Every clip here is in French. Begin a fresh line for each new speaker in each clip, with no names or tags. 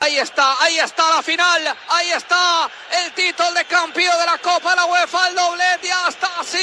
ahí está la final, ahí está el título de campeón de la Copa de la UEFA, el doblete, hasta así.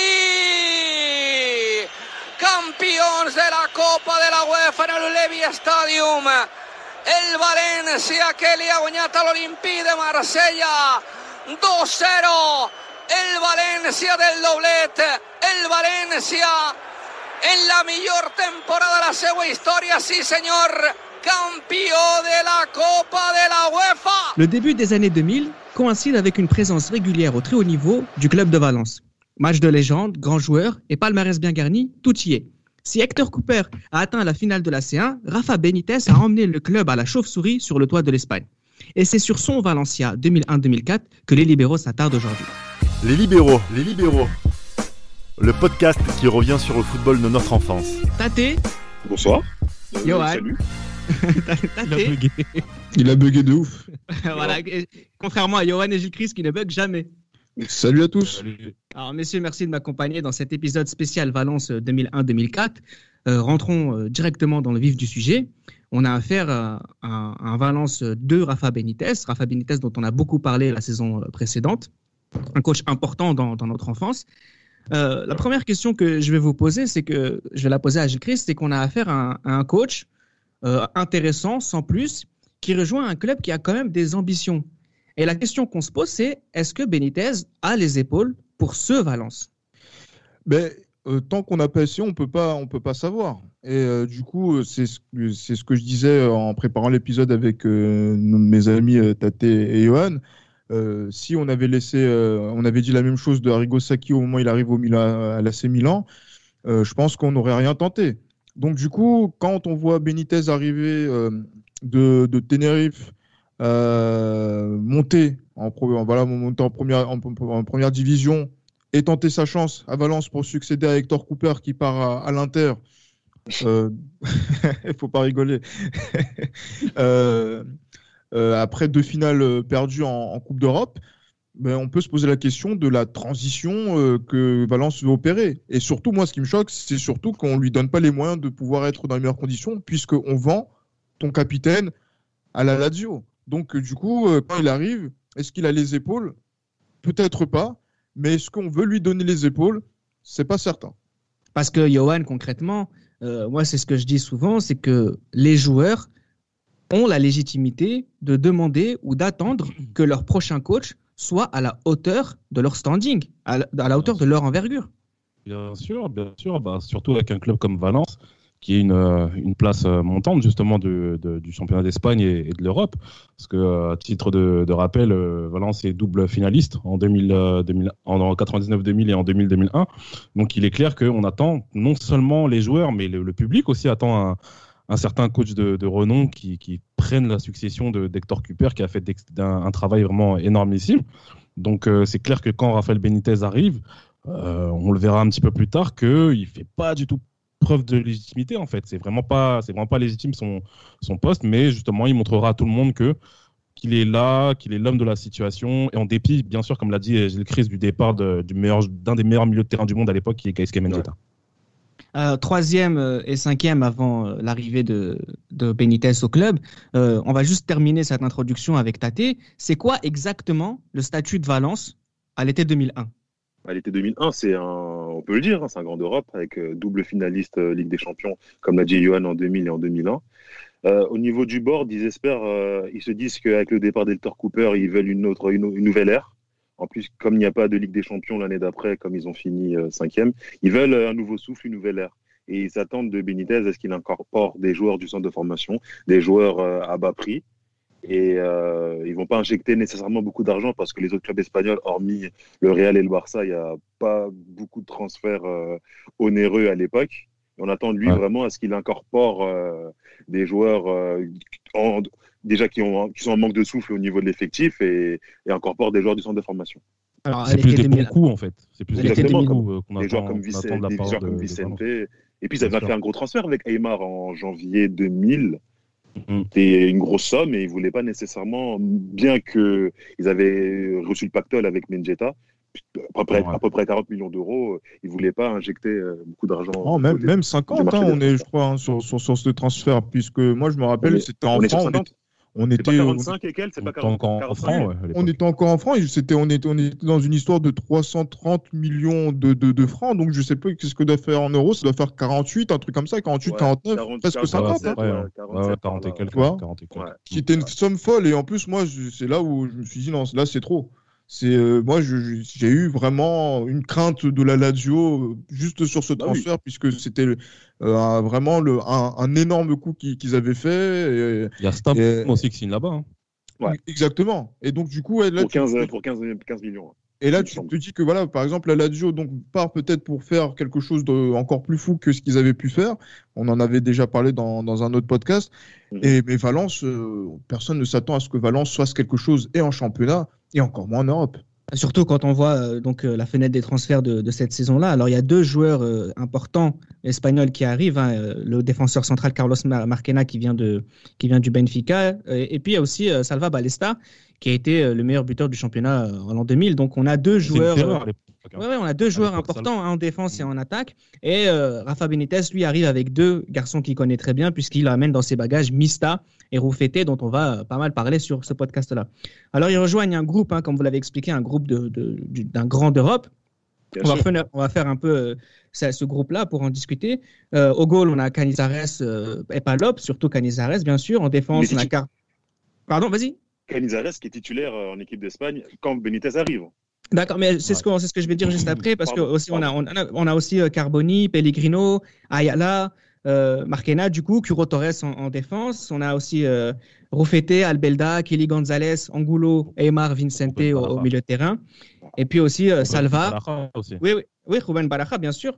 Campeones de la Copa de la UEFA en el Levi Stadium. El Valencia que li ha guanyat a l'Olympique de Marsella 2-0. El Valencia del doblet, el Valencia en la millor temporada de la seva història, sí senyor, campió de la Copa de la UEFA.
Le début des années 2000 coïncide avec une présence régulière au très haut niveau du club de Valence. Match de légende, grands joueurs et palmarès bien garni, tout y est. Si Héctor Cooper a atteint la finale de la C1, Rafa Benitez a emmené le club à la chauve-souris sur le toit de l'Espagne. Et c'est sur son Valencia 2001-2004 que les libéraux s'attardent aujourd'hui.
Les libéraux, le podcast qui revient sur le football de notre enfance.
Tate.
Bonsoir.
Johan.
Salut.
Il a bugué de ouf.
Voilà. Et contrairement à Johan et Gilles Christ qui ne bug jamais.
Salut à tous.
Alors messieurs, merci de m'accompagner dans cet épisode spécial Valence 2001-2004. Rentrons directement dans le vif du sujet. On a affaire à un Valence de Rafa Benitez dont on a beaucoup parlé la saison précédente, un coach important dans notre enfance. La première question que je vais vous poser, c'est que je vais la poser à Gilles Christ, c'est qu'on a affaire à un coach intéressant, sans plus, qui rejoint un club qui a quand même des ambitions. Et la question qu'on se pose, c'est est-ce que Benitez a les épaules pour ce Valence ?
Tant qu'on n'a pas essayé, on peut pas savoir. Et du coup, c'est ce que je disais en préparant l'épisode avec mes amis Tate et Johan. Si on avait on avait dit la même chose de Arrigo Sacchi au moment où il arrive à l'AC Milan, je pense qu'on n'aurait rien tenté. Donc du coup, quand on voit Benitez arriver de Tenerife, monter en première division et tenter sa chance à Valence pour succéder à Héctor Cooper qui part à l'Inter. Faut pas rigoler. Après 2 finales perdues en Coupe d'Europe, on peut se poser la question de la transition que Valence veut opérer. Et surtout, moi, ce qui me choque, c'est surtout qu'on lui donne pas les moyens de pouvoir être dans les meilleures conditions, puisqu'on vend ton capitaine à la Lazio. Donc, du coup, quand il arrive, est-ce qu'il a les épaules ? Peut-être pas. Mais est-ce qu'on veut lui donner les épaules ? C'est pas certain.
Parce que, Johan, concrètement, moi, c'est ce que je dis souvent, c'est que les joueurs ont la légitimité de demander ou d'attendre que leur prochain coach soit à la hauteur de leur standing, à la hauteur de leur envergure.
Bien sûr. Surtout avec un club comme Valence, qui est une place montante justement du championnat d'Espagne et de l'Europe. Parce que, à titre de rappel, Valence est double finaliste en 99-2000 et en 2000-2001. Donc il est clair qu'on attend non seulement les joueurs, mais le public aussi attend un certain coach de renom qui prenne la succession d'Héctor Cooper, qui a fait un travail vraiment énormissime. Donc c'est clair que quand Rafael Benitez arrive, on le verra un petit peu plus tard, qu'il ne fait pas du tout preuve de légitimité en fait. C'est vraiment pas légitime son poste, mais justement il montrera à tout le monde qu'il est là, qu'il est l'homme de la situation, et en dépit, bien sûr, comme l'a dit Gilles Christ, du départ d'un des meilleurs milieux de terrain du monde à l'époque, qui est Keisuke Mendieta.
3e et 5e avant l'arrivée de Benitez au club. On va juste terminer cette introduction avec Tate. C'est quoi exactement le statut de Valence à l'été 2001 ?
À l'été 2001, on peut le dire, c'est un grand d'Europe avec double finaliste Ligue des Champions, comme l'a dit Johan en 2000 et en 2001. Au niveau du board, ils se disent qu'avec le départ d'Héctor Cooper, ils veulent une nouvelle ère. En plus, comme il n'y a pas de Ligue des Champions l'année d'après, comme ils ont fini 5e, ils veulent un nouveau souffle, une nouvelle ère. Et ils s'attendent de Benitez à ce qu'il incorpore des joueurs du centre de formation, des joueurs à bas prix. Et ils vont pas injecter nécessairement beaucoup d'argent parce que les autres clubs espagnols, hormis le Real et le Barça, il n'y a pas beaucoup de transferts onéreux à l'époque. Et on attend de lui vraiment à ce qu'il incorpore des joueurs déjà qui sont en manque de souffle au niveau de l'effectif et incorpore des joueurs du centre de formation.
Alors, c'est plus des bons coups en fait. C'est plus
des bons
coups qu'on
des joueurs comme Vicente. Et puis, ils avaient fait un gros transfert avec Aymar en janvier 2000. C'était une grosse somme et ils ne voulaient pas nécessairement, bien qu'ils avaient reçu le pactole avec Mendieta, à peu près 40 millions d'euros, ils ne voulaient pas injecter beaucoup d'argent.
Même 50, on est, je crois, sur ce transfert, puisque moi, je me rappelle, c'était en francs. On
C'est
était,
pas 45 et quelques, c'est pas 40,
encore en
45.
francs. Ouais,
on était encore en francs. On était dans une histoire de 330 millions de francs. Donc, je sais pas qu'est-ce que doit faire en euros. Ça doit faire 48, un truc comme ça, 48,
Ouais,
49,
40,
presque 50.
47,
Hein.
ouais, 47,
40 et
par là.
quelques.
Tu vois
40 et quelques.
Ouais.
C'était une somme folle. Et en plus, moi, c'est là où je me suis dit, non, là, c'est trop. Moi, j'ai eu vraiment une crainte de la Lazio juste sur ce
Bah oui.
transfert, puisque c'était vraiment un énorme coup qu'ils avaient fait.
Il y a Stam
Et-
aussi qui signe là-bas. Hein.
Ouais.
Exactement. Et donc, du coup, ouais, là,
Pour 15 millions.
et là,
il me
tu
semble.
te dis que voilà, par exemple, la Lazio donc, part peut-être pour faire quelque chose d'encore plus fou que ce qu'ils avaient pu faire. On en avait déjà parlé dans un autre podcast.
Mhm.
Mais Valence, personne ne s'attend à ce que Valence fasse quelque chose et en championnat et encore moins en Europe.
Surtout quand on voit la fenêtre des transferts de cette saison-là. Alors, il y a deux joueurs importants espagnols qui arrivent. Hein, le défenseur central Carlos Marquena qui vient du Benfica. Et puis, il y a aussi Salva Ballesta qui a été le meilleur buteur du championnat en l'an 2000. Donc, on a deux
C'est
joueurs.
une terreur à l'époque, hein.
Ouais, on a deux joueurs
l'époque,
importants en défense et en attaque. Et Rafa Benitez, lui, arrive avec deux garçons qu'il connaît très bien, puisqu'il amène dans ses bagages Mista et Rufete, dont on va pas mal parler sur ce podcast-là. Alors, ils rejoignent un groupe, hein, comme vous l'avez expliqué, un groupe d'un grand d'Europe.
Bien
On
sûr.
va faire un peu ce groupe-là pour en discuter. Au goal, on a Canizares et Palop, surtout Canizares, bien sûr. En défense, on a Pardon, vas-y.
Canizares qui est titulaire en équipe d'Espagne quand Benitez arrive.
D'accord, mais c'est ce que je vais dire juste après, parce que aussi on a aussi Carboni, Pellegrino, Ayala, Marquena, du coup, Curo Torres en défense. On a aussi Rufete, Albelda, Kelly Gonzalez, Angulo, Aymar, Vincente au milieu de terrain. Et puis aussi Salva.
Aussi.
Oui, Ruben Baraja, bien sûr.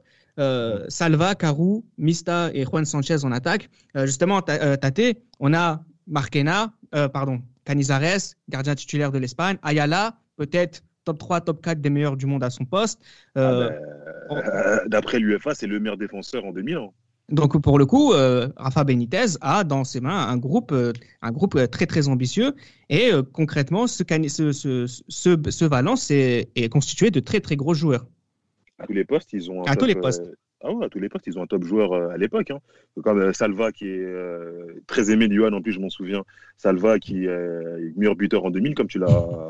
Salva, Caru, Mista et Juan Sanchez en attaque. Justement, Tate, on a Marquena, Canizares, gardien titulaire de l'Espagne. Ayala, peut-être top 3, top 4 des meilleurs du monde à son poste.
D'après l'UEFA, c'est le meilleur défenseur en 2000 ans.
Donc, pour le coup, Rafa Benitez a dans ses mains un groupe très, très ambitieux. Et concrètement, ce Valence est constitué de très, très gros joueurs.
À tous les postes, ils ont un
À
top,
tous les postes.
à tous les postes, ils ont un top joueur à l'époque. Hein. Comme Salva, qui est très aimé de Johan, en plus, je m'en souviens. Salva, qui est meilleur buteur en 2000, comme tu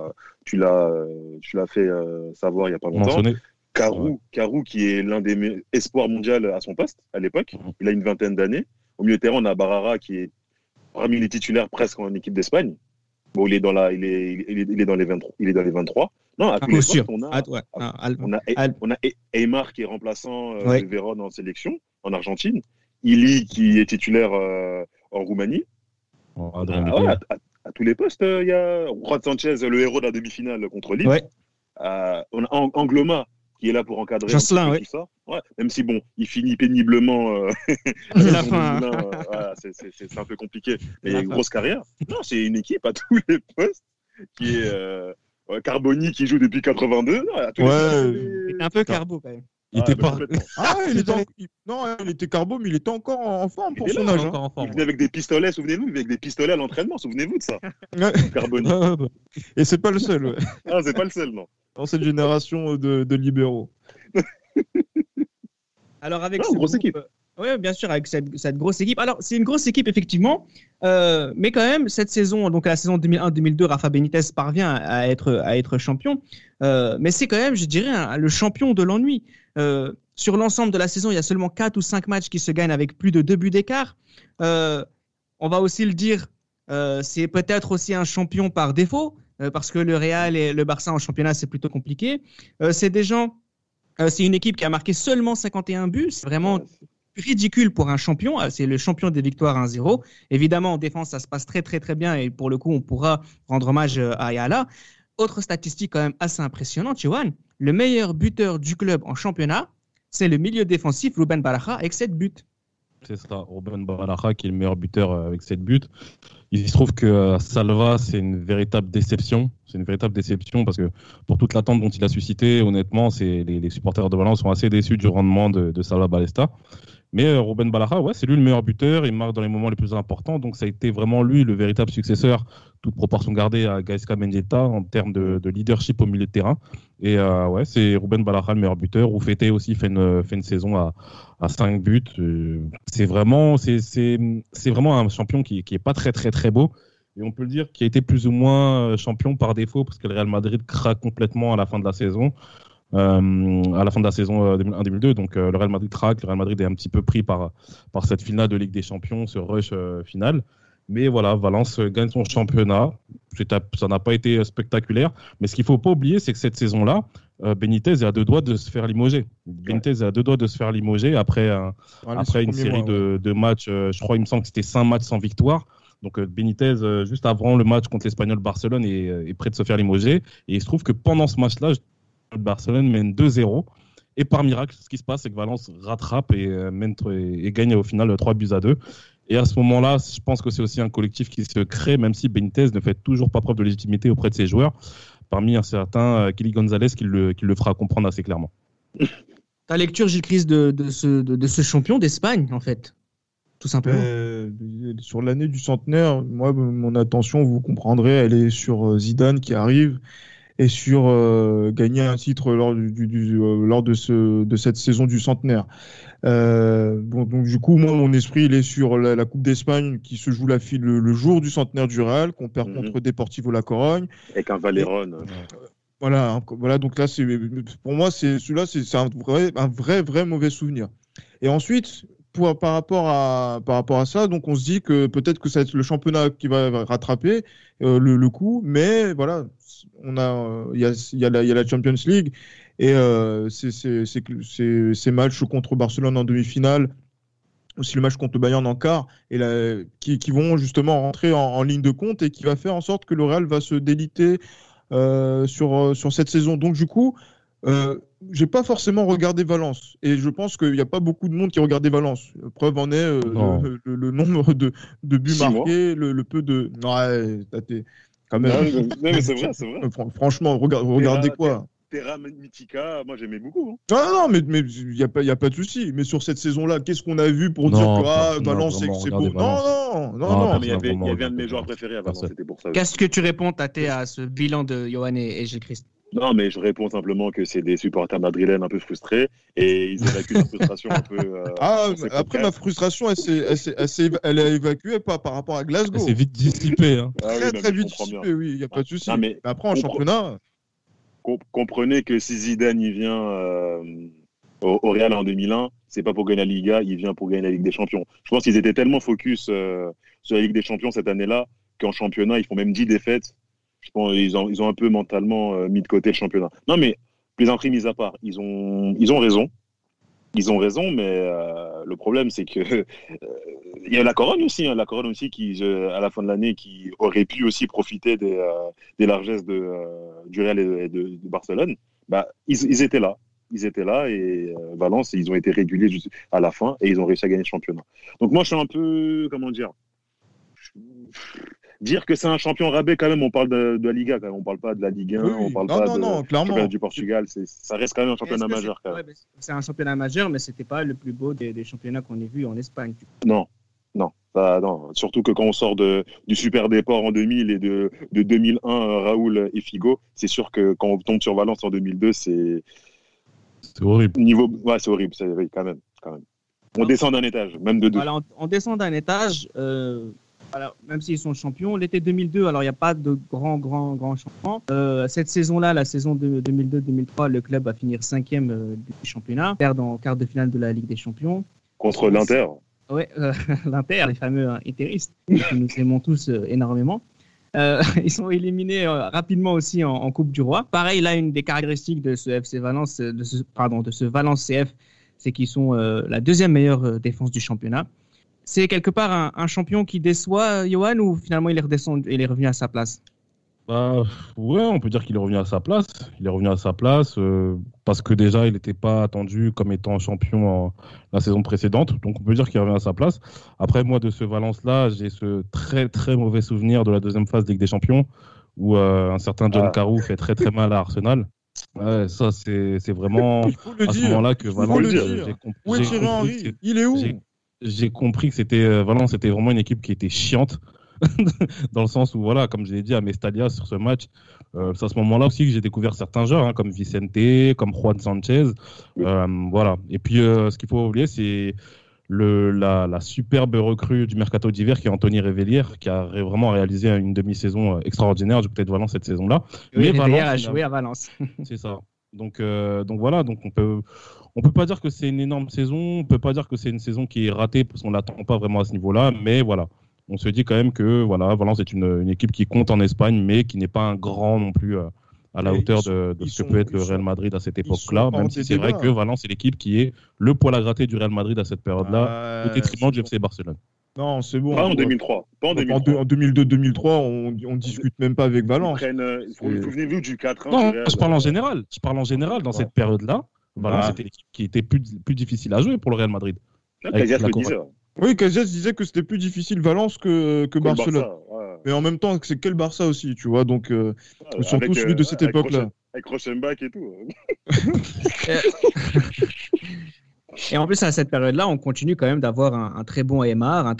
l'as fait savoir il n'y a pas longtemps.
Mentionné.
Caru, qui est l'un des espoirs mondiaux à son poste à l'époque. Il a une vingtaine d'années. Au milieu de terrain, on a Barrara, qui est parmi les titulaires presque en équipe d'Espagne. Bon, il est dans les 23. Il est dans les 23. Non, à tous les postes, on a Aymar qui est remplaçant de Vérone en sélection en Argentine. Ili qui est titulaire en Roumanie. À tous les postes, il y a Juan Sanchez, le héros de la demi-finale contre Lille.
Ouais.
On a Angloma qui est là pour encadrer
Jocelyn,
tout ça. Ouais, même si bon, il finit péniblement.
C'est la fin.
Voilà, c'est un peu compliqué. Mais il y a une grosse carrière. Non, c'est une équipe à tous les postes qui est Carboni qui joue depuis 82. Non, à tous les postes,
c'est un peu carbo quand même.
Il était pas.
Il était carbo, mais il était encore en forme pour son âge.
Il venait avec des pistolets, souvenez-vous, avec des pistolets à l'entraînement, souvenez-vous de ça. Carboni.
Et c'est pas le seul. Ouais.
Ah, c'est pas le seul, non.
Dans cette génération de libéraux.
Alors avec
cette grosse équipe.
Oui, bien sûr, avec cette grosse équipe. Alors, c'est une grosse équipe, effectivement, mais quand même, cette saison, donc la saison 2001-2002, Rafa Benitez parvient à être champion, mais c'est quand même, je dirais, le champion de l'ennui. Sur l'ensemble de la saison, il y a seulement 4 ou 5 matchs qui se gagnent avec plus de 2 buts d'écart. On va aussi le dire, c'est peut-être aussi un champion par défaut, parce que le Real et le Barça en championnat, c'est plutôt compliqué. C'est une équipe qui a marqué seulement 51 buts, c'est vraiment ridicule pour un champion. C'est le champion des victoires 1-0. Évidemment, en défense, ça se passe très, très, très bien. Et pour le coup, on pourra rendre hommage à Ayala. Autre statistique quand même assez impressionnante, Johan. Le meilleur buteur du club en championnat, c'est le milieu défensif Ruben Baraja avec 7 buts.
C'est ça, Ruben Baraja qui est le meilleur buteur avec 7 buts. Il se trouve que Salva, c'est une véritable déception. C'est une véritable déception parce que pour toute l'attente dont il a suscité, honnêtement, les supporters de Valence sont assez déçus du rendement de Salva Ballesta. Mais Ruben Baraja, c'est lui le meilleur buteur, il marque dans les moments les plus importants, donc ça a été vraiment lui le véritable successeur, toute proportion gardée à Gaisca Mendieta en termes de leadership au milieu de terrain. Et c'est Ruben Baraja le meilleur buteur. Rufete aussi fait une saison à 5 buts. C'est vraiment un champion qui est pas très très très beau, et on peut le dire, qui a été plus ou moins champion par défaut, parce que le Real Madrid craque complètement à la fin de la saison. À la fin de la saison 2001-2002, donc le Real Madrid craque, le Real Madrid est un petit peu pris par cette finale de Ligue des Champions, ce rush final. Mais voilà, Valence gagne son championnat. Ça n'a pas été spectaculaire. Mais ce qu'il ne faut pas oublier, c'est que cette saison-là, Benitez est à deux doigts de se faire limoger. Benitez est à deux doigts de se faire limoger après une série de matchs. Je crois, il me semble que c'était 5 matchs sans victoire. Donc Benitez, juste avant le match contre l'Espagnol Barcelone, est prêt de se faire limoger. Et il se trouve que pendant ce match-là, Barcelone mène 2-0. Et par miracle, ce qui se passe, c'est que Valence rattrape et gagne au final 3-2. Et à ce moment-là, je pense que c'est aussi un collectif qui se crée, même si Benitez ne fait toujours pas preuve de légitimité auprès de ses joueurs, parmi un certain Kili González qui le fera comprendre assez clairement.
Ta lecture, Gilles Christ, de ce champion d'Espagne, en fait, tout simplement.
Sur l'année du centenaire, moi, mon attention, vous comprendrez, elle est sur Zidane qui arrive et sur gagner un titre lors de cette saison du centenaire. Donc du coup, moi, mon esprit, il est sur la Coupe d'Espagne qui se joue le jour du centenaire du Real, qu'on perd contre Deportivo La Corogne.
Avec un Valerón.
Voilà, donc là, pour moi, celui-là, c'est un vrai mauvais souvenir. Et ensuite, par rapport à ça, donc on se dit que peut-être que ça va être le championnat qui va rattraper le coup, mais voilà, il y a la Champions League et ces matchs contre Barcelone en demi-finale, aussi le match contre le Bayern en quart, et qui vont justement rentrer en ligne de compte et qui va faire en sorte que le Real va se déliter sur cette saison. Donc du coup, j'ai pas forcément regardé Valence et je pense qu'il n'y a pas beaucoup de monde qui regardait Valence. Preuve en est le nombre de buts marqués, le peu de. Ouais, quand même.
Non, mais c'est vrai.
Franchement, regardez quoi.
Terra Mythica, moi j'aimais beaucoup.
Non, mais il n'y a pas de souci. Mais sur cette saison-là, qu'est-ce qu'on a vu pour dire que Valence, c'est beau? Non.
Mais il y avait un de mes joueurs préférés à Valence, c'était pour ça.
Qu'est-ce que tu réponds, Tate, à ce bilan de Johan et Gilles Christ?
Non, mais je réponds simplement que c'est des supporters madrilènes un peu frustrés et ils évacuent leur frustration un peu.
Après, ma frustration, elle a évacué par rapport à Glasgow.
C'est vite dissipé. Hein.
Très vite dissipé, oui, il n'y a pas de souci. Mais après, en championnat.
Comprenez que si Zidane il vient au Real en 2001, c'est pas pour gagner la Liga, il vient pour gagner la Ligue des Champions. Je pense qu'ils étaient tellement focus sur la Ligue des Champions cette année-là qu'en championnat, ils font même 10 défaites. Je pense qu'ils ont un peu mentalement mis de côté le championnat. Non, mais plaisanterie mise à part, ils ont raison. Ils ont raison, mais le problème, c'est que il y a la Corogne aussi qui, à la fin de l'année, qui aurait pu aussi profiter des largesses du Real et de Barcelone. Bah, ils étaient là. Et Valence, ils ont été réguliers à la fin et ils ont réussi à gagner le championnat. Donc moi, je suis un peu, comment dire que c'est un champion rabais quand même, on parle de la Liga, quand même. On parle pas de la Ligue 1, on parle pas clairement. Du Portugal, ça reste quand même un championnat majeur. Quand même.
Ouais, c'est un championnat majeur, mais c'était pas le plus beau des championnats qu'on ait vu en Espagne.
Non. Surtout que quand on sort du Super Deport en 2000 et de 2001, Raoul et Figo, c'est sûr que quand on tombe sur Valence en 2002, c'est
horrible.
C'est horrible, oui, quand même. On descend d'un étage, même de deux.
Voilà, on descend d'un étage. Alors, même s'ils sont champions, l'été 2002, alors il n'y a pas de grand changement. Cette saison-là, la saison de 2002-2003, le club va finir 5e du championnat, perdre en quart de finale de la Ligue des Champions.
Contre l'Inter.
Oui, l'Inter, les fameux interistes, que nous aimons tous énormément. Ils sont éliminés rapidement aussi en Coupe du Roi. Pareil, là, une des caractéristiques de ce FC Valence, de ce Valence CF, c'est qu'ils sont la deuxième meilleure défense du championnat. C'est quelque part un champion qui déçoit, Johan, ou finalement il est revenu à sa place?
Ouais, on peut dire qu'il est revenu à sa place. Parce que déjà, il n'était pas attendu comme étant champion la saison précédente. Donc on peut dire qu'il revient à sa place. Après, moi, de ce Valence-là, j'ai ce très très mauvais souvenir de la deuxième phase de Ligue des Champions où un certain John Carew fait très très mal à Arsenal. Ouais, ça, c'est vraiment à ce moment-là que Valence.
Où est Thierry Henry? Il est où?
J'ai compris que Valence était vraiment une équipe qui était chiante dans le sens où, voilà, comme je l'ai dit à Mestalla sur ce match, c'est à ce moment-là aussi que j'ai découvert certains joueurs comme Vicente, comme Juan Sanchez, voilà. Et puis ce qu'il faut oublier, c'est la superbe recrue du mercato d'hiver qui est Anthony Révélière, qui a vraiment réalisé une demi-saison extraordinaire du côté de Valence cette saison-là.
Oui, Révélière a joué à Valence.
C'est ça. Donc voilà, donc on peut pas dire que c'est une énorme saison, on peut pas dire que c'est une saison qui est ratée parce qu'on l'attend pas vraiment à ce niveau-là, mais voilà, on se dit quand même que voilà, Valence est une équipe qui compte en Espagne, mais qui n'est pas un grand non plus à la hauteur de ce que peut être le Real Madrid à cette époque-là, même si c'est vrai que Valence est l'équipe qui est le poil à gratter du Real Madrid à cette période-là, au détriment du FC Barcelone.
Non, c'est bon.
Pas en 2003.
En 2002-2003, on discute même pas avec Valence.
Vous souvenez-vous du 4-1?
Non, je parle en général. Dans cette période-là, Valence était l'équipe qui était plus difficile à jouer pour le Real Madrid.
Casillas le disait.
Oui, Casillas disait que c'était plus difficile Valence que Barcelone. Barça, ouais. Mais en même temps, c'est quel Barça aussi, tu vois. Donc, surtout celui de cette époque-là.
Avec Rochenbach et tout.
Et en plus, à cette période-là, on continue quand même d'avoir un très bon Aymar, un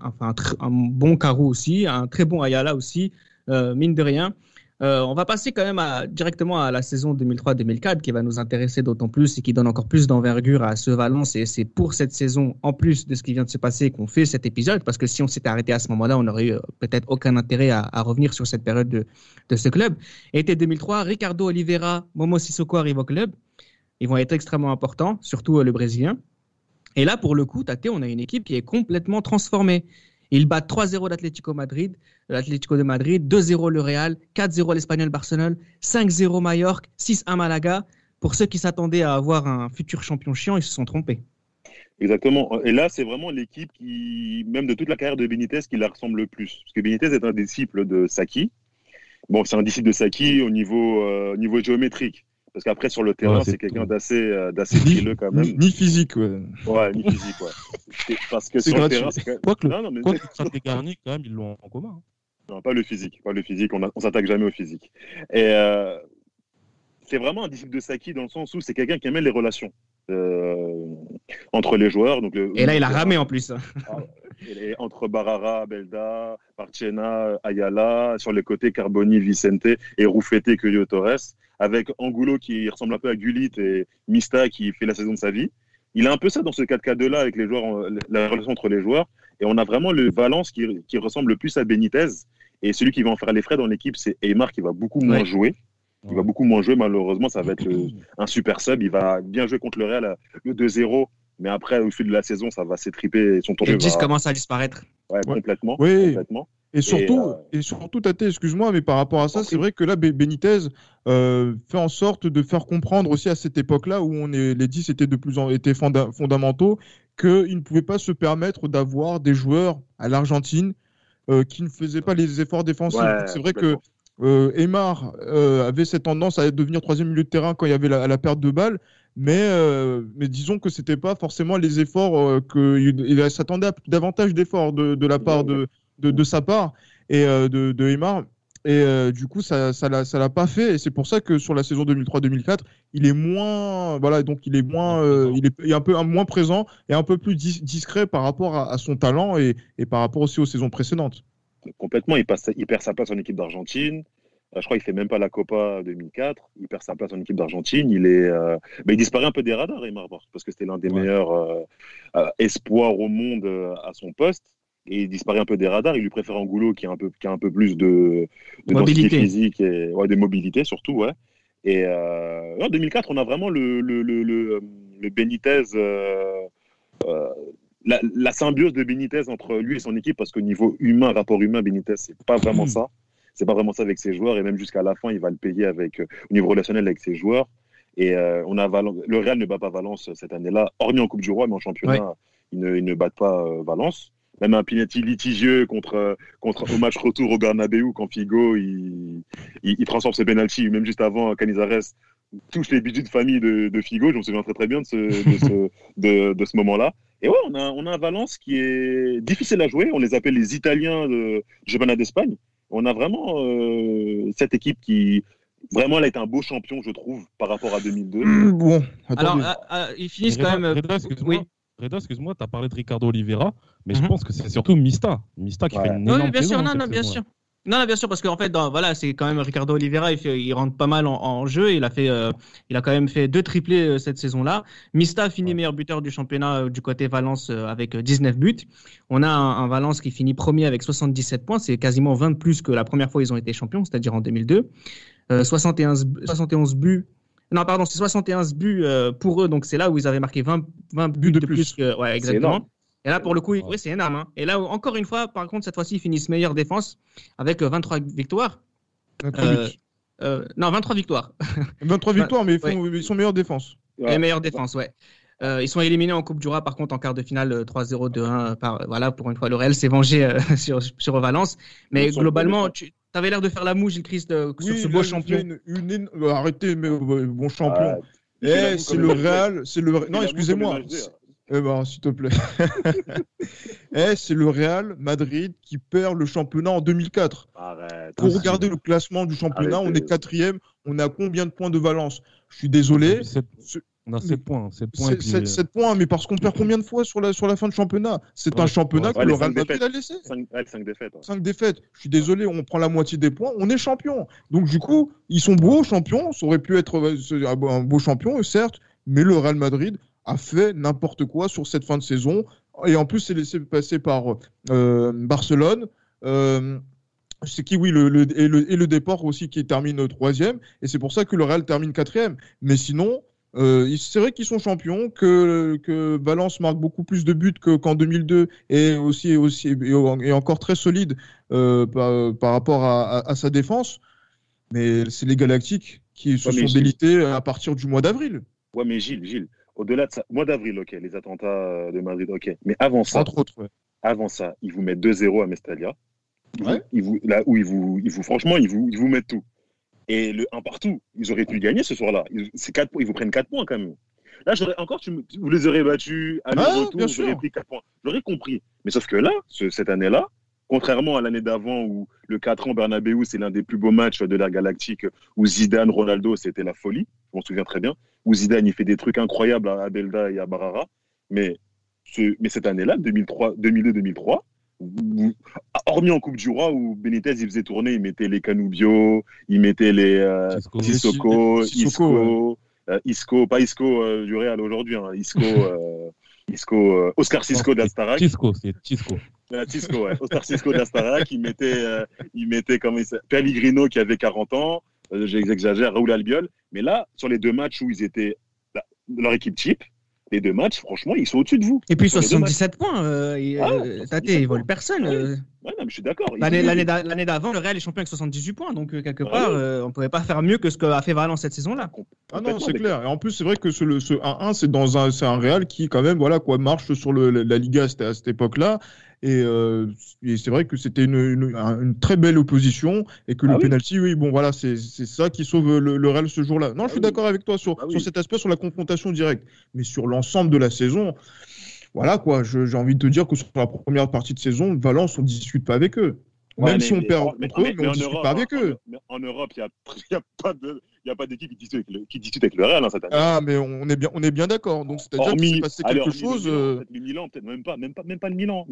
bon Carou aussi, un très bon Ayala aussi, mine de rien. On va passer quand même directement à la saison 2003-2004 qui va nous intéresser d'autant plus et qui donne encore plus d'envergure à ce Valence. Et c'est pour cette saison, en plus de ce qui vient de se passer, qu'on fait cet épisode. Parce que si on s'était arrêté à ce moment-là, on n'aurait eu peut-être aucun intérêt à revenir sur cette période de ce club. Été 2003, Ricardo Oliveira, Momo Sissoko arrivent au club. Ils vont être extrêmement importants, surtout le Brésilien. Et là, pour le coup, Tate, on a une équipe qui est complètement transformée. Ils battent 3-0 l'Atlético de Madrid, 2-0 le Real, 4-0 l'Espagnol Barcelone, 5-0 Mallorca, 6-1 Malaga. Pour ceux qui s'attendaient à avoir un futur champion chiant, ils se sont trompés.
Exactement. Et là, c'est vraiment l'équipe qui, même de toute la carrière de Benitez, qui la ressemble le plus. Parce que Benitez est un disciple de Sacchi. Bon, c'est un disciple de Sacchi au niveau géométrique. Parce qu'après, sur le terrain, c'est quelqu'un d'assez frileux quand même.
Ni physique, ouais.
Ouais, ni physique, ouais. Parce que sur le terrain, c'est quand même...
Quoi que les Garni, quand même, ils l'ont en commun.
Non, pas le physique. On s'attaque jamais au physique. Et c'est vraiment un disciple de Sacchi dans le sens où c'est quelqu'un qui aimait les relations entre les joueurs. Donc
et là, il a ramé en plus.
Et entre Barara, Belda, Marchena, Ayala, sur les côtés Carboni, Vicente et Rufete, Cuello Torres, avec Angulo qui ressemble un peu à Gullit et Mista qui fait la saison de sa vie. Il a un peu ça dans ce 4-4-2-là avec les joueurs, la relation entre les joueurs. Et on a vraiment le Valence qui ressemble le plus à Benitez. Et celui qui va en faire les frais dans l'équipe, c'est Aymar qui va beaucoup moins jouer. Il va beaucoup moins jouer, malheureusement. Ça va être un super sub. Il va bien jouer contre le Real, le 2-0. Mais après, au fil de la saison, ça va s'étriper. Son
et 10 commence à disparaître.
Ouais, complètement.
Oui.
Complètement.
Et surtout, Tate, excuse-moi, mais par rapport à ça, c'est vrai que là, Benitez fait en sorte de faire comprendre aussi à cette époque-là où les 10 étaient fondamentaux, qu'ils ne pouvaient pas se permettre d'avoir des joueurs à l'Argentine qui ne faisaient pas les efforts défensifs.
Ouais,
c'est vrai que Aymar avait cette tendance à devenir troisième milieu de terrain quand il y avait la perte de balles. Mais disons que c'était pas forcément les efforts qu'il s'attendait à davantage d'efforts de la part de sa part et de Aymar. Et du coup, ça l'a pas fait. Et c'est pour ça que sur la saison 2003-2004, il est moins, il est un peu moins présent et un peu plus discret par rapport à son talent et par rapport aussi aux saisons précédentes.
Complètement, il perd sa place en équipe d'Argentine. Je crois qu'il fait même pas la Copa 2004. Il perd sa place en équipe d'Argentine. Il disparaît un peu des radars, Aymar, parce que c'était l'un des meilleurs espoirs au monde à son poste. Et il disparaît un peu des radars. Il lui préfère Angulo qui a un peu plus de
mobilité
physique et de mobilité surtout, ouais. Et en 2004, on a vraiment le Benitez, la symbiose de Benitez entre lui et son équipe, parce qu'au niveau humain, rapport humain, Benitez, c'est pas vraiment ça. C'est pas vraiment ça avec ses joueurs, et même jusqu'à la fin, il va le payer au niveau relationnel avec ses joueurs. Et le Real ne bat pas Valence cette année-là, hormis en Coupe du Roi, mais en championnat, ils ne battent pas Valence. Même un penalty litigieux contre au match retour au Bernabéu, quand Figo il transforme ses penalties, même juste avant, Canizares touche les bijoux de famille de Figo. Je me souviens très très bien de ce moment-là. Et ouais, on a un Valence qui est difficile à jouer. On les appelle les Italiens de Championnat d'Espagne. On a vraiment cette équipe qui vraiment elle a été un beau champion, je trouve, par rapport à 2002.
Bon,
alors ils finissent quand même.
Reda, excuse-moi, tu as parlé de Ricardo Oliveira, mais je pense que c'est surtout Mista qui fait une énorme
bien
saison.
sûr, bien sûr. Non, bien sûr, parce qu'en fait, voilà, c'est quand même Ricardo Oliveira, il rentre pas mal en jeu. Il a quand même fait 2 triplés cette saison-là. Mista finit meilleur buteur du championnat du côté Valence avec 19 buts. On a un Valence qui finit premier avec 77 points. C'est quasiment 20 de plus que la première fois ils ont été champions, c'est-à-dire en 2002. 71 buts. Non, pardon, c'est 71 buts pour eux. Donc, c'est là où ils avaient marqué 20 buts de plus. Ouais, exactement. Et là, pour le coup, oui, c'est énorme. Hein. Et là, encore une fois, par contre, cette fois-ci, ils finissent meilleure défense avec 23 victoires. 23 victoires.
23 victoires, mais ils sont meilleure défense.
Et meilleure défense, ouais. Ils sont éliminés en Coupe du Roi, par contre, en quart de finale 3-0, 2-1. Voilà, pour une fois, le Real s'est vengé sur Valence. Mais globalement, tu avais l'air de faire la moue, Gilles Christ, sur ce beau champion.
Arrêtez, mais bon champion. C'est le Real. Non, excusez-moi. S'il te plaît. C'est le Real Madrid qui perd le championnat en 2004. Pour regarder le classement du championnat, on est 4e. On a combien de points de Valence? Je suis désolé.
On a 7 points.
7 points, mais parce qu'on perd combien de fois sur la fin de championnat? C'est un championnat que le Real Madrid a laissé.
5 défaites.
5 défaites. Je suis désolé, on prend la moitié des points, on est champion. Donc du coup, ils sont beaux champions. Ça aurait pu être un beau champion, certes, mais le Real Madrid a fait n'importe quoi sur cette fin de saison. Et en plus, c'est laissé passer par Barcelone. C'est qui, oui, le Déport aussi qui termine 3e. Et c'est pour ça que le Real termine 4e. Mais sinon, c'est vrai qu'ils sont champions, que Valence marque beaucoup plus de buts qu'en 2002 et encore très solide par rapport à sa défense. Mais c'est les Galactiques qui se sont délités à partir du mois d'avril.
Ouais, mais Gilles, au-delà de ça, mois d'avril, ok, les attentats de Madrid, ok. Mais avant ça, avant ça, ils vous mettent 2-0 à Mestalla. Ouais. Ils vous mettent tout. Et le 1 partout, ils auraient pu gagner ce soir-là. Ils vous prennent 4 points quand même. Là, vous les aurez battus, aller-retour, vous aurez pris 4 points. J'aurais compris. Mais sauf que là, cette année-là, contrairement à l'année d'avant où le 4 ans Bernabéu, c'est l'un des plus beaux matchs de l'ère galactique, où Zidane, Ronaldo, c'était la folie. Je m'en souviens très bien. Où Zidane, il fait des trucs incroyables à Belda et à Barara. Mais cette année-là, 2002-2003, hormis en Coupe du Roi où Benitez il faisait tourner, il mettait les Canubio, il mettait les Sissoko, Isco, pas Isco du Real aujourd'hui, hein, Oscar Cisco d'Astarac.
Cisco,
ouais. Oscar Cisco d'Astarac, il mettait comme Pellegrino qui avait 40 ans, j'exagère, Raoul Albiol. Mais là, sur les 2 matchs où ils étaient leur équipe type, les 2 matchs, franchement, ils sont au-dessus de vous.
Et puis 77 points, Tate, ils volent personne.
Ouais, non, mais je suis d'accord.
L'année d'avant, le Real est champion avec 78 points, donc quelque part, on ne pouvait pas faire mieux que ce qu'a fait Valence cette saison-là.
Ah non, c'est clair. Et en plus, c'est vrai que ce 1-1, c'est un Real qui, quand même, marche sur la Liga à cette époque-là. Et c'est vrai que c'était une très belle opposition et que le penalty, c'est ça qui sauve le Real ce jour-là. Non, je suis d'accord avec toi sur cet aspect, sur la confrontation directe. Mais sur l'ensemble de la saison, voilà quoi, j'ai envie de te dire que sur la première partie de saison, Valence, on ne discute pas avec eux. Même si on perd contre eux, mais on ne discute pas avec eux.
En Europe, il n'y a pas d'équipe qui discute avec le Real cette année.
Ah, mais on est bien d'accord. Donc, c'est-à-dire qu'il s'est passé quelque chose.
Le Milan, peut-être même pas le Milan.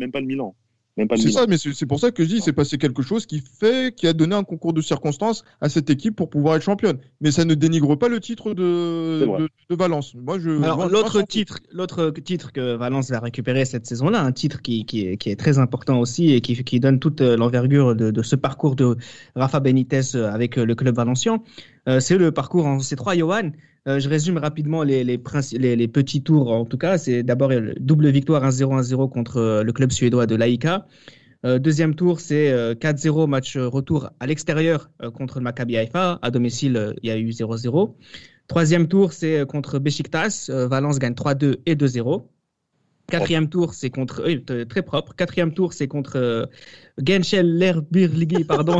C'est ça, mais c'est pour ça que je dis, c'est passé quelque chose qui a donné un concours de circonstances à cette équipe pour pouvoir être championne. Mais ça ne dénigre pas le titre de Valence.
L'autre titre que Valence va récupérer cette saison-là, un titre qui est très important aussi et qui donne toute l'envergure de ce parcours de Rafa Benitez avec le club valencien, c'est le parcours en C3, Johan. Je résume rapidement les petits tours, en tout cas. C'est d'abord double victoire 1-0 contre le club suédois de l'AIK. Deuxième tour, c'est 4-0 match retour à l'extérieur contre le Maccabi Haïfa. À domicile, il y a eu 0-0. Troisième tour, c'est contre Beşiktaş. Valence gagne 3-2 et 2-0. Quatrième tour, c'est contre... très propre. Quatrième tour, c'est contre Gençlerbirliği, pardon.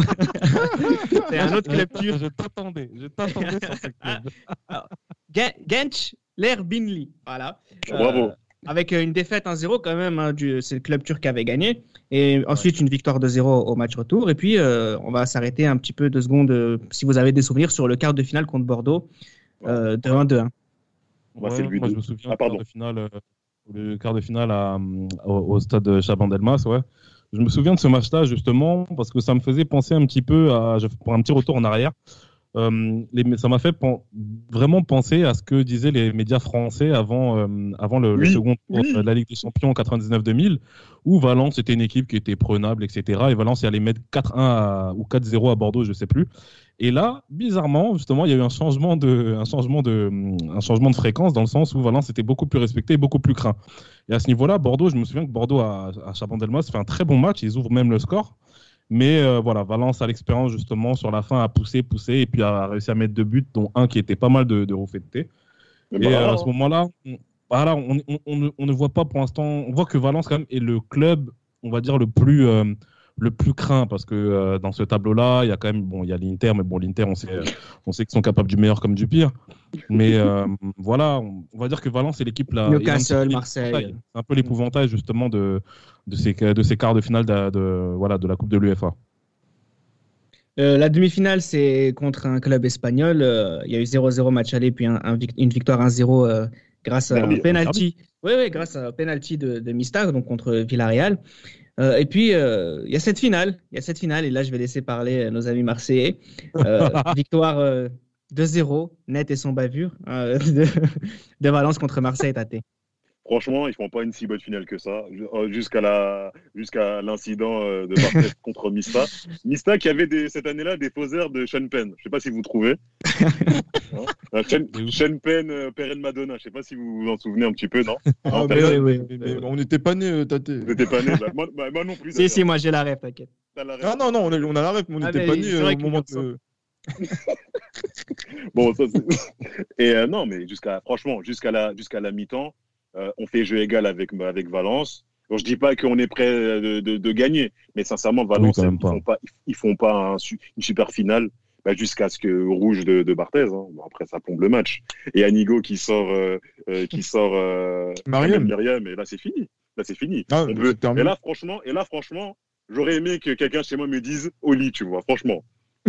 C'est un autre club turc.
Je t'attendais sur ce club.
Gençlerbirliği, voilà.
Bravo.
Avec une défaite 1-0 quand même, hein, c'est le club turc qui avait gagné. Et ensuite, une victoire 2-0 au match retour. Et puis, on va s'arrêter un petit peu 2 secondes, si vous avez des souvenirs, sur le quart de finale contre Bordeaux, de 1-2-1.
Moi, je me souviens, le quart de finale au stade Chaban Delmas, ouais. Je me souviens de ce match-là justement parce que ça me faisait penser un petit peu pour un petit retour en arrière. Ça m'a fait vraiment penser à ce que disaient les médias français avant le second tour de la Ligue des Champions en 99-2000, où Valence était une équipe qui était prenable, etc. Et Valence allait mettre 4-1 ou 4-0 à Bordeaux, je sais plus. Et là, bizarrement, justement, il y a eu un changement de fréquence dans le sens où Valence était beaucoup plus respecté et beaucoup plus craint. Et à ce niveau-là, Bordeaux, je me souviens que Bordeaux à Chabandelmas fait un très bon match, ils ouvrent même le score. Mais voilà, Valence a l'expérience justement sur la fin à pousser et puis a réussi à mettre 2 buts, dont un qui était pas mal de Rufete. Et à ce moment-là, on ne voit pas pour l'instant, on voit que Valence quand même est le club, on va dire le plus craint parce que dans ce tableau-là, il y a quand même il y a l'Inter, mais bon l'Inter on sait qu'ils sont capables du meilleur comme du pire. Mais voilà, on va dire que Valence est l'équipe là.
Newcastle, Marseille.
C'est un peu l'épouvantail justement de ces quarts de finale de la Coupe de l'UEFA.
La demi-finale, c'est contre un club espagnol. Il y a eu 0-0 match aller, puis une victoire 1-0 grâce à un penalty. Oui, grâce à un penalty de Mista, donc contre Villarreal. Et puis, il y a cette finale, et là, je vais laisser parler nos amis marseillais. Victoire 2-0, net et sans bavure, de Valence contre Marseille Tate.
Franchement, ils font pas une si bonne finale que ça, jusqu'à l'incident de Barthez contre Mista. Mista qui avait cette année-là des faux airs de Sean Penn. Je sais pas si vous trouvez. Sean Penn, Perrin Madonna. Je sais pas si vous vous en souvenez un petit peu, non?
Mais on n'était pas nés, Tate.
Vous n'étiez pas nés. Moi non plus.
Si, moi j'ai la rêve, t'inquiète.
Non, on a la rêve, mais on n'était pas nés au moment de...
Bon, ça c'est... Et non, mais jusqu'à la mi-temps, on fait jeu égal avec Valence. Donc, je dis pas qu'on est prêt de gagner, mais sincèrement, Valence, ils font pas une super finale jusqu'à ce que rouge de Barthez. Hein. Bon, après, ça plombe le match. Et Anigo qui sort Myriam, et là, c'est fini. Et là, franchement, j'aurais aimé que quelqu'un chez moi me dise Oli, tu vois, franchement.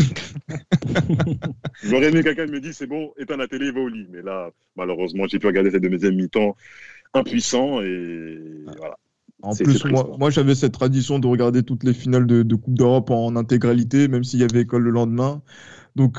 J'aurais aimé que quelqu'un me dise c'est bon, éteins la télé, va au lit. Mais là, malheureusement, j'ai pu regarder cette deuxième mi-temps impuissant et voilà.
En plus, moi, j'avais cette tradition de regarder toutes les finales de Coupe d'Europe en intégralité, même s'il y avait école le lendemain. Donc,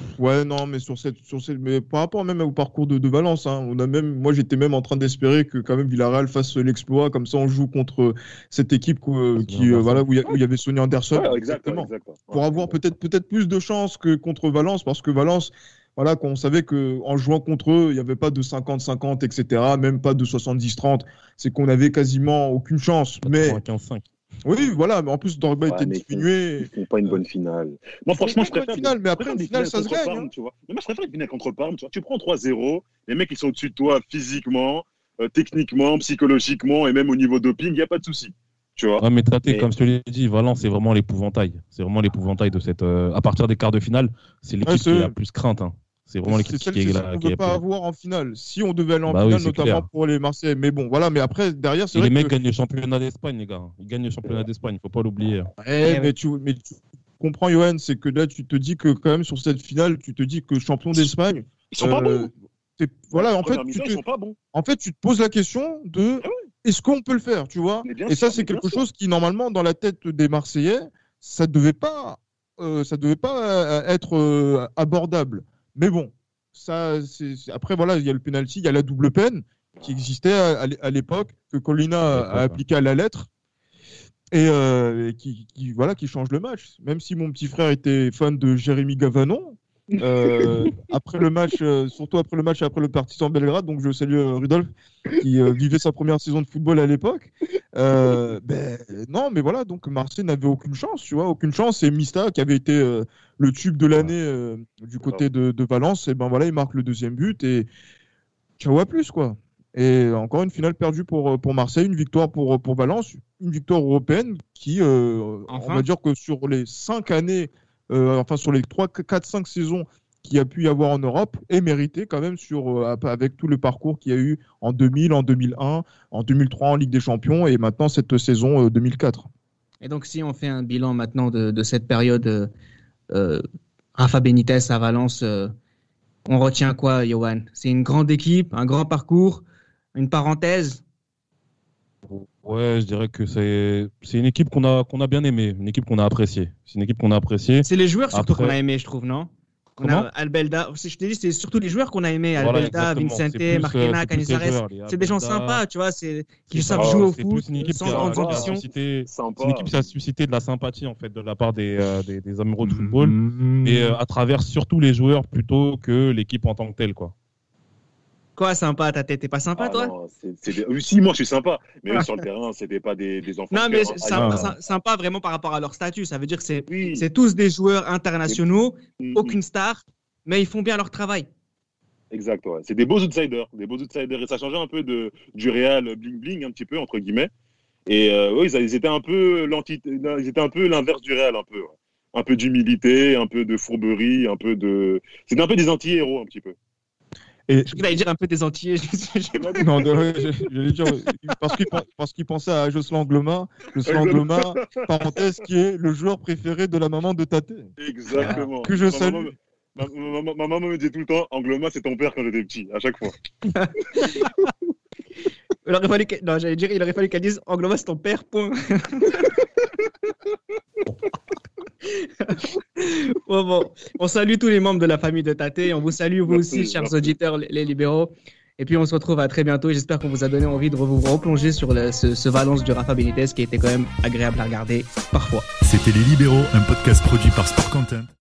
mais par rapport même au parcours de Valence, hein, moi, j'étais même en train d'espérer que quand même Villarreal fasse l'exploit. Comme ça, on joue contre cette équipe où il y avait Sonny Anderson.
Ouais, exactement.
Pour avoir peut-être plus de chance que contre Valence, parce que Valence, voilà, qu'on savait qu'en jouant contre eux, il n'y avait pas de 50-50, etc., même pas de 70-30. C'est qu'on avait quasiment aucune chance. Mais
15-5.
Oui, voilà, mais en plus, Drogba était diminué.
Ils font pas une bonne finale. Moi, franchement, je préfère.
Mais après, une finale, ça se gagne.
Parme, tu vois. Mais moi, je préfère une finale contre Parme. Tu prends 3-0, les mecs, ils sont au-dessus de toi physiquement, techniquement, psychologiquement, et même au niveau doping, il n'y a pas de souci. Tu vois.
Ouais, mais comme je te l'ai dit, Valence, c'est vraiment l'épouvantail. C'est vraiment l'épouvantail de cette. À partir des quarts de finale, c'est l'équipe qui est la plus crainte. Hein. C'est vraiment l'équipe qui est là.
On ne peut pas avoir en finale. Si on devait aller en finale, notamment clair. Pour les Marseillais. Mais bon, voilà. Mais après, derrière, c'est vrai
les mecs gagnent le championnat d'Espagne, les gars. Ils gagnent le championnat d'Espagne. Il ne faut pas l'oublier.
Mais tu comprends, Johan, c'est que là, tu te dis que quand même sur cette finale, tu te dis que champion d'Espagne.
Ils sont pas bons.
Voilà,
en fait,
tu te poses la question de est-ce qu'on peut le faire, tu vois? Et ça, c'est quelque chose qui, normalement, dans la tête des Marseillais, ça devait pas être abordable. Mais bon, après, voilà, il y a le penalty, il y a la double peine qui existait à l'époque, que Colina a appliqué à la lettre, et qui change le match. Même si mon petit frère était fan de Jérémy Gavanon, après le match, surtout après le match et après le Partizan Belgrade, donc je salue Rudolf, qui vivait sa première saison de football à l'époque. Non, mais voilà, donc Marseille n'avait aucune chance, tu vois, aucune chance. Et Mista, qui avait été le tube de l'année du côté de Valence, et ben voilà, il marque le deuxième but et ciao à plus, quoi. Et encore une finale perdue pour Marseille, une victoire pour Valence, une victoire européenne qui, on va dire que sur les 5 années, sur les 3, 4, 5 saisons qu'il y a pu y avoir en Europe, est mérité quand même avec tout le parcours qu'il y a eu en 2000, en 2001, en 2003 en Ligue des Champions et maintenant cette saison 2004.
Et donc si on fait un bilan maintenant de cette période Rafa Benitez à Valence, on retient quoi, Yohan? C'est une grande équipe, un grand parcours, une parenthèse?
Ouais, je dirais que c'est une équipe qu'on a bien aimée, une équipe qu'on a appréciée. C'est une équipe qu'on a appréciée.
C'est les joueurs surtout
Après-
qu'on a aimé, je trouve, non? On
Comment
a Albelda, je t'ai dit, c'est surtout les joueurs qu'on a aimé.
Voilà,
Albelda,
exactement.
Vincente,
C'est plus,
Marquena,
c'est plus les
Canizares.
joueurs, les
C'est des gens
Albelda.
sympas, tu vois, qui savent
ça.
jouer au
C'est
foot
plus une équipe
sans
qui a
grandes ambitions.
suscité,
Sympa.
c'est une équipe qui a suscité de la sympathie en fait de la part des amoureux de football et à travers surtout les joueurs plutôt que l'équipe en tant que telle quoi.
Quoi, sympa, ta tête? T'es pas sympa,
Ah
toi?
non, si, moi je suis sympa, mais eux, sur le terrain, c'était pas des enfants.
Non,
de
mais
cœur,
c'est
hein.
sympa vraiment par rapport à leur statut. Ça veut dire que
Oui.
c'est tous des joueurs internationaux,
Mhm.
aucune star, mais ils font bien leur travail.
Exact, ouais. C'est des beaux outsiders. Et ça changeait un peu du Real bling-bling, un petit peu, entre guillemets. Et oui, ils étaient un peu ils étaient un peu l'inverse du Real, un peu. Ouais. Un peu d'humilité, un peu de fourberie, c'était un peu des anti-héros, un petit peu.
Et
Il allait dire un peu des Antillais.
non, j'allais dire parce qu'il pensait à Jocelyn Gloma, parenthèse, qui est le joueur préféré de la maman de Tate.
Exactement.
Que je salue.
Ma maman me disait tout le temps, Angloma, c'est ton père quand j'étais petit, à chaque fois.
Il aurait fallu qu'elle dise Angloma, c'est ton père, point. Bon, on salue tous les membres de la famille de Tate. On vous salue, vous
Merci,
aussi, chers
merci.
auditeurs, les libéraux. Et puis, on se retrouve à très bientôt. J'espère qu'on vous a donné envie de vous replonger sur ce Valence du Rafa Benitez qui était quand même agréable à regarder parfois.
C'était Les Libéraux, un podcast produit par Sport Content.